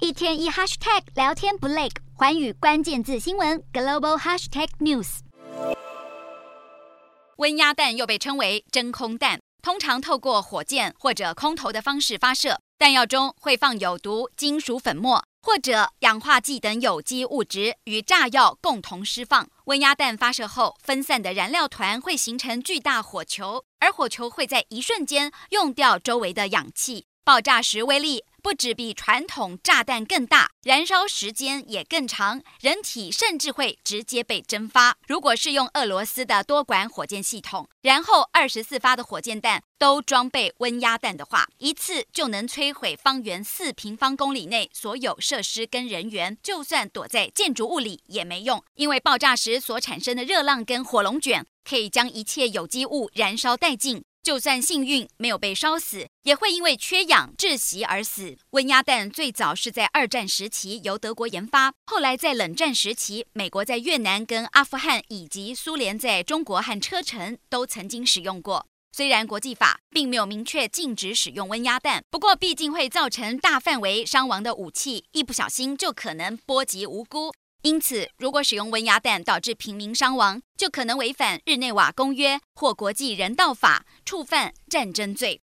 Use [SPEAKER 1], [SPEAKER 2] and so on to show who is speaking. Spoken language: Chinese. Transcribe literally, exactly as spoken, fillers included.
[SPEAKER 1] 一天一 hashtag 聊天不累，寰宇关键字新闻 global hashtag news。
[SPEAKER 2] 温压弹又被称为真空弹，通常透过火箭或者空投的方式发射，弹药中会放有毒金属粉末或者氧化剂等有机物质，与炸药共同释放。温压弹发射后，分散的燃料团会形成巨大火球，而火球会在一瞬间用掉周围的氧气。爆炸时威力不只比传统炸弹更大，燃烧时间也更长，人体甚至会直接被蒸发。如果是用俄罗斯的多管火箭系统，然后二十四发的火箭弹都装备温压弹的话，一次就能摧毁方圆四平方公里内所有设施跟人员，就算躲在建筑物里也没用，因为爆炸时所产生的热浪跟火龙卷可以将一切有机物燃烧殆尽。就算幸运没有被烧死，也会因为缺氧窒息而死。温压弹最早是在二战时期由德国研发，后来在冷战时期，美国在越南跟阿富汗，以及苏联在中国和车臣都曾经使用过。虽然国际法并没有明确禁止使用温压弹，不过毕竟会造成大范围伤亡的武器，一不小心就可能波及无辜。因此，如果使用温压弹导致平民伤亡，就可能违反日内瓦公约或国际人道法，触犯战争罪。